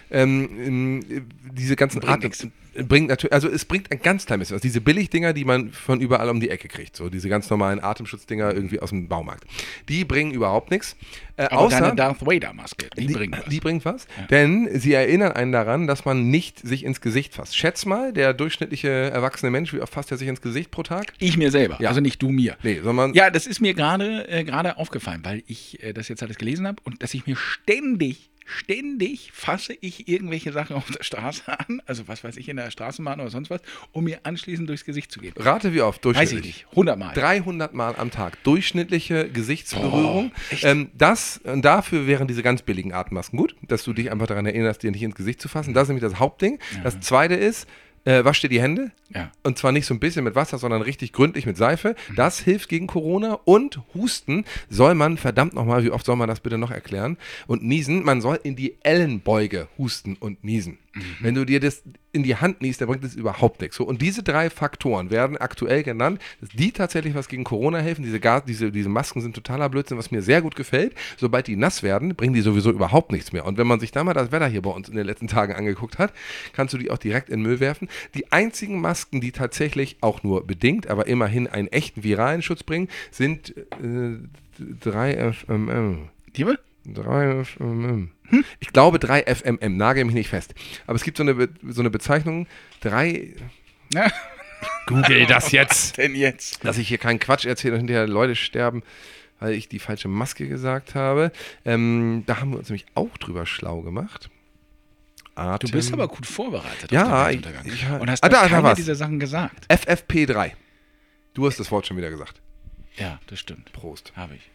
Diese ganzen bringt natürlich, also es bringt ein ganz klein bisschen was. Diese Billigdinger, die man von überall um die Ecke kriegt, so diese ganz normalen Atemschutzdinger irgendwie aus dem Baumarkt, die bringen überhaupt nichts. Aber außer deine Darth Vader Maske, die bringt was. Die bringt was, ja. Denn sie erinnern einen daran, dass man nicht sich ins Gesicht fasst. Schätz mal, der durchschnittliche erwachsene Mensch, wie oft fasst er sich ins Gesicht pro Tag? Ich mir selber, ja. Also nicht du mir. Nee, sondern... Ja, das ist mir gerade aufgefallen, weil ich das jetzt alles gelesen habe und dass ich mir ständig fasse ich irgendwelche Sachen auf der Straße an, also was weiß ich, in der Straßenbahn oder sonst was, um mir anschließend durchs Gesicht zu gehen. Rate wie oft durchschnittlich? Weiß ich nicht, 100 Mal. 300 Mal am Tag. Durchschnittliche Gesichtsberührung. Echt? Dafür wären diese ganz billigen Atemmasken gut, dass du dich einfach daran erinnerst, dir nicht ins Gesicht zu fassen. Das ist nämlich das Hauptding. Ja. Das Zweite ist, wasch dir die Hände. Ja. Und zwar nicht so ein bisschen mit Wasser, sondern richtig gründlich mit Seife. Das hilft gegen Corona. Und Husten soll man, verdammt nochmal, wie oft soll man das bitte noch erklären? Und niesen, man soll in die Ellenbeuge husten und niesen. Wenn du dir das in die Hand niest, dann bringt das überhaupt nichts. So, und diese 3 Faktoren werden aktuell genannt, dass die tatsächlich was gegen Corona helfen. Diese Masken sind totaler Blödsinn, was mir sehr gut gefällt. Sobald die nass werden, bringen die sowieso überhaupt nichts mehr. Und wenn man sich da mal das Wetter hier bei uns in den letzten Tagen angeguckt hat, kannst du die auch direkt in den Müll werfen. Die einzigen Masken, die tatsächlich auch nur bedingt, aber immerhin einen echten viralen Schutz bringen, sind 3FMM. Die will? 3FMM. Ich glaube 3FMM, nagel mich nicht fest. Aber es gibt so eine Bezeichnung, 3... Ja. Google das jetzt. Was denn jetzt? Dass ich hier keinen Quatsch erzähle und hinterher Leute sterben, weil ich die falsche Maske gesagt habe. Da haben wir uns nämlich auch drüber schlau gemacht. Du bist aber gut vorbereitet ja, auf den Weltuntergang. Und hast keine dieser Sachen gesagt. FFP3. Du hast das Wort schon wieder gesagt. Ja, das stimmt. Prost. Habe ich.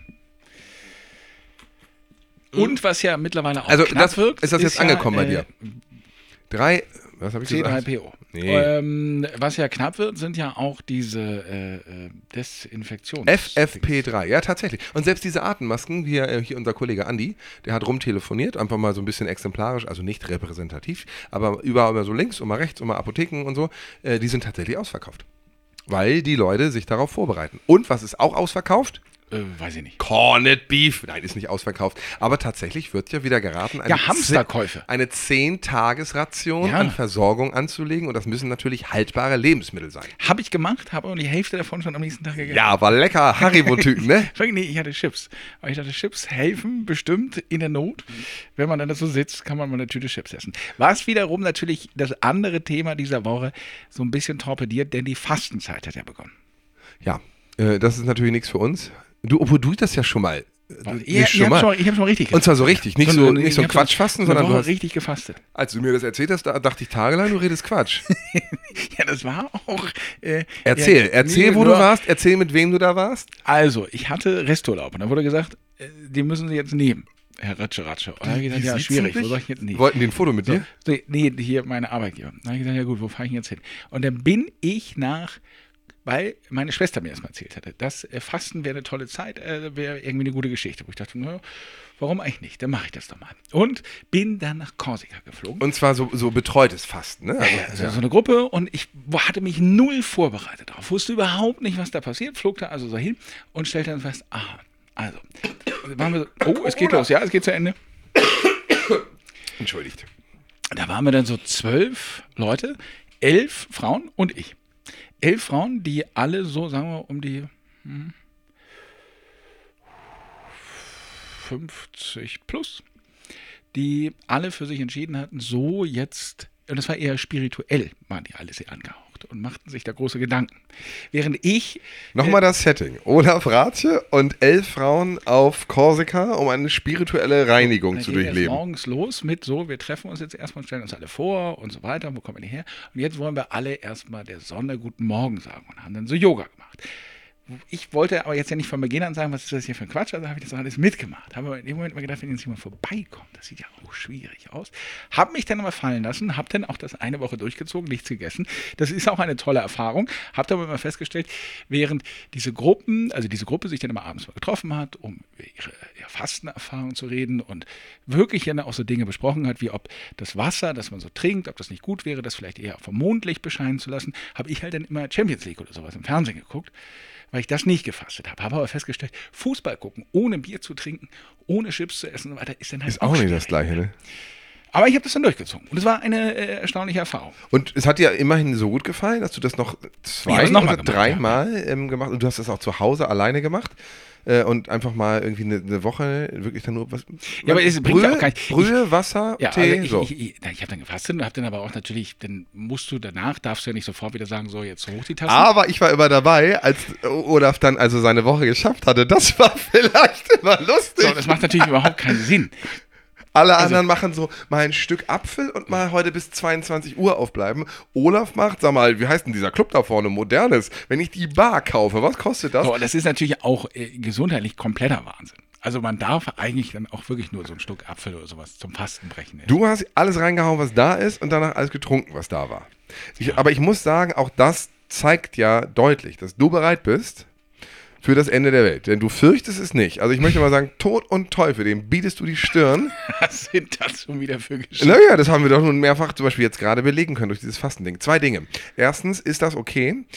Und was ja mittlerweile auch also knapp wirkt, ist das jetzt angekommen bei dir? 3, was habe ich gesagt? C3PO. Nee. Was ja knapp wird, sind ja auch diese Desinfektions... FFP3, ja tatsächlich. Und selbst diese Atemmasken, wie hier unser Kollege Andi, der hat rumtelefoniert, einfach mal so ein bisschen exemplarisch, also nicht repräsentativ, aber überall immer so links und mal rechts und mal Apotheken und so, die sind tatsächlich ausverkauft. Weil die Leute sich darauf vorbereiten. Und was ist auch ausverkauft? Weiß ich nicht. Corned Beef. Nein, ist nicht ausverkauft. Aber tatsächlich wird ja wieder geraten, Hamsterkäufe. Eine 10-Tages-Ration an Versorgung anzulegen. Und das müssen natürlich haltbare Lebensmittel sein. Habe ich gemacht, habe aber die Hälfte davon schon am nächsten Tag gegessen. Ja, war lecker. Haribo-Tüten, ne? Nee, ich hatte Chips. Aber ich dachte, Chips helfen bestimmt in der Not. Wenn man dann da so sitzt, kann man mal eine Tüte Chips essen. Was wiederum natürlich das andere Thema dieser Woche so ein bisschen torpediert, denn die Fastenzeit hat ja begonnen. Ja, das ist natürlich nichts für uns. Obwohl du das ja schon mal. Ich habe schon mal richtig gefastet. Und zwar so richtig, nicht so ein Quatschfasten, sondern du hast richtig gefastet. Als du mir das erzählt hast, da dachte ich tagelang, du redest Quatsch. Ja, das war auch... Erzähl, wo du warst, erzähl, mit wem du da warst. Also, ich hatte Resturlaub und da wurde gesagt, die müssen sie jetzt nehmen, Herr Ratsche. Und da habe ich gesagt, ja, schwierig, wo soll ich jetzt nicht? Wollten die ein Foto mit dir? Nee, hier meine Arbeitgeber. Da habe ich gesagt, ja gut, wo fahre ich jetzt hin? Und dann bin ich weil meine Schwester mir das mal erzählt hatte, das Fasten wäre eine tolle Zeit, wäre irgendwie eine gute Geschichte. Wo ich dachte, naja, warum eigentlich nicht? Dann mache ich das doch mal. Und bin dann nach Korsika geflogen. Und zwar so betreutes Fasten, ne? Also so eine Gruppe und ich hatte mich null vorbereitet drauf. Wusste überhaupt nicht, was da passiert. Flog da also so hin und stellte dann fest, also, waren wir so, es geht los, ja, es geht zu Ende. Entschuldigt. Da waren wir dann so 12 Leute, 11 Frauen und ich. 11 Frauen, die alle so, sagen wir, um die 50 plus, die alle für sich entschieden hatten, so jetzt, und das war eher spirituell, waren die alle sehr angehaucht und machten sich da große Gedanken. Während ich... Nochmal das Setting. Olaf Ratsche und 11 Frauen auf Korsika, um eine spirituelle Reinigung zu durchleben. Geht morgens los mit so, wir treffen uns jetzt erstmal und stellen uns alle vor und so weiter, wo kommen wir her? Und jetzt wollen wir alle erstmal der Sonne guten Morgen sagen und haben dann so Yoga gemacht. Ich wollte aber jetzt ja nicht von Beginn an sagen, was ist das hier für ein Quatsch, also habe ich das alles mitgemacht. Habe aber in dem Moment mal gedacht, wenn jetzt jemand vorbeikommt, das sieht ja auch schwierig aus. Habe mich dann aber fallen lassen, habe dann auch das eine Woche durchgezogen, nichts gegessen. Das ist auch eine tolle Erfahrung. Habe aber immer festgestellt, während diese Gruppe sich dann immer abends mal getroffen hat, um ihre Fastenerfahrung zu reden und wirklich dann auch so Dinge besprochen hat, wie ob das Wasser, das man so trinkt, ob das nicht gut wäre, das vielleicht eher vom Mondlicht bescheinen zu lassen, habe ich halt dann immer Champions League oder sowas im Fernsehen geguckt, weil ich das nicht gefastet habe. Habe aber festgestellt, Fußball gucken, ohne Bier zu trinken, ohne Chips zu essen und so weiter, ist dann halt ist auch nicht das Gleiche, ne? Aber ich habe das dann durchgezogen. Und es war eine erstaunliche Erfahrung. Und es hat dir immerhin so gut gefallen, dass du das noch 2 oder 3 Mal gemacht hast. Und du hast das auch zu Hause alleine gemacht. Und einfach mal irgendwie eine Woche wirklich dann nur was. Ja, aber es bringt ja auch gar nicht. Brühe, Wasser, Tee, also so. Ich habe dann gefastet und habe dann aber auch natürlich, dann darfst du ja nicht sofort wieder sagen, so jetzt hoch die Tasse. Aber ich war immer dabei, als Olaf dann also seine Woche geschafft hatte. Das war vielleicht immer lustig. So, das macht natürlich überhaupt keinen Sinn. Alle anderen machen so mal ein Stück Apfel und mal heute bis 22 Uhr aufbleiben. Olaf macht, sag mal, wie heißt denn dieser Club da vorne? Modernes. Wenn ich die Bar kaufe, was kostet das? So, das ist natürlich auch gesundheitlich kompletter Wahnsinn. Also man darf eigentlich dann auch wirklich nur so ein Stück Apfel oder sowas zum Fasten brechen. Du hast alles reingehauen, was da ist und danach alles getrunken, was da war. Aber ich muss sagen, auch das zeigt ja deutlich, dass du bereit bist für das Ende der Welt. Denn du fürchtest es nicht. Also ich möchte mal sagen, Tod und Teufel, dem bietest du die Stirn. Was sind das schon wieder für Geschichten? Naja, das haben wir doch nun mehrfach zum Beispiel jetzt gerade belegen können durch dieses Fastending. 2 Dinge. Erstens, ist das okay?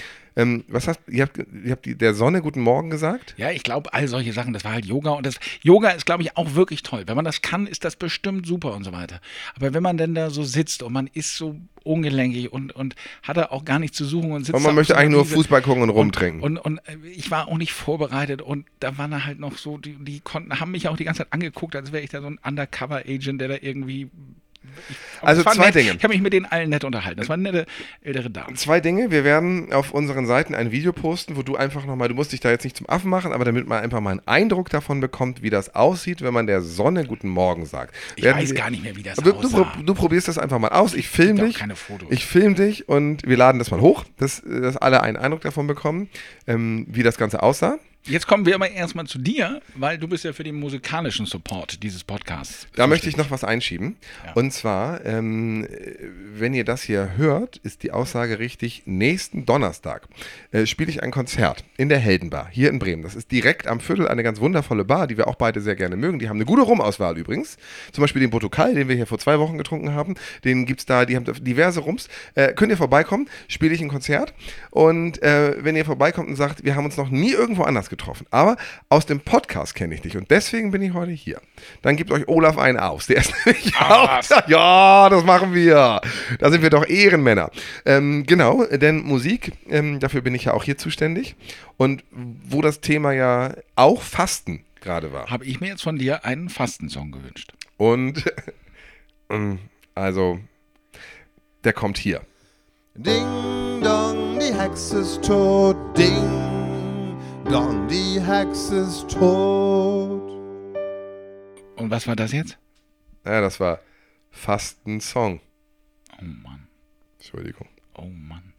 Ihr habt der Sonne guten Morgen gesagt? Ja, ich glaube, all solche Sachen, das war halt Yoga und das Yoga ist, glaube ich, auch wirklich toll. Wenn man das kann, ist das bestimmt super und so weiter. Aber wenn man denn da so sitzt und man ist so ungelenkig und hat da auch gar nichts zu suchen und sitzt. Und man möchte eigentlich nur Fußball gucken und rumtrinken. Und ich war auch nicht vorbereitet und da waren da halt noch so, die haben mich auch die ganze Zeit angeguckt, als wäre ich da so ein Undercover-Agent, der da irgendwie. Also 2 Dinge. Ich habe mich mit denen allen nett unterhalten. Das waren nette ältere Damen. 2 Dinge. Wir werden auf unseren Seiten ein Video posten, wo du einfach nochmal, du musst dich da jetzt nicht zum Affen machen, aber damit man einfach mal einen Eindruck davon bekommt, wie das aussieht, wenn man der Sonne guten Morgen sagt. Ich weiß gar nicht mehr, wie das aussah. Du probierst das einfach mal aus. Ich filme dich. Keine Fotos. Ich filme dich und wir laden das mal hoch, dass alle einen Eindruck davon bekommen, wie das Ganze aussah. Jetzt kommen wir aber erstmal zu dir, weil du bist ja für den musikalischen Support dieses Podcasts. Da möchte ich noch was einschieben. Ja. Und zwar, wenn ihr das hier hört, ist die Aussage richtig. Nächsten Donnerstag spiele ich ein Konzert in der Heldenbar hier in Bremen. Das ist direkt am Viertel eine ganz wundervolle Bar, die wir auch beide sehr gerne mögen. Die haben eine gute Rumauswahl übrigens. Zum Beispiel den Botokal, den wir hier vor 2 Wochen getrunken haben. Den gibt es da, die haben diverse Rums. Könnt ihr vorbeikommen, spiele ich ein Konzert. Und wenn ihr vorbeikommt und sagt, wir haben uns noch nie irgendwo anders getroffen, getroffen. Aber aus dem Podcast kenne ich dich und deswegen bin ich heute hier. Dann gibt euch Olaf einen aus. Der ist nämlich auch da. Ja, das machen wir. Da sind wir doch Ehrenmänner. Genau, denn Musik, dafür bin ich ja auch hier zuständig. Und wo das Thema ja auch Fasten gerade war. Habe ich mir jetzt von dir einen Fastensong gewünscht. Und also, der kommt hier. Ding dong, die Hexe ist tot. Ding dong, die Hexe ist tot. Und was war das jetzt? Ja, das war Fastensong. Oh Mann. Entschuldigung. Oh Mann.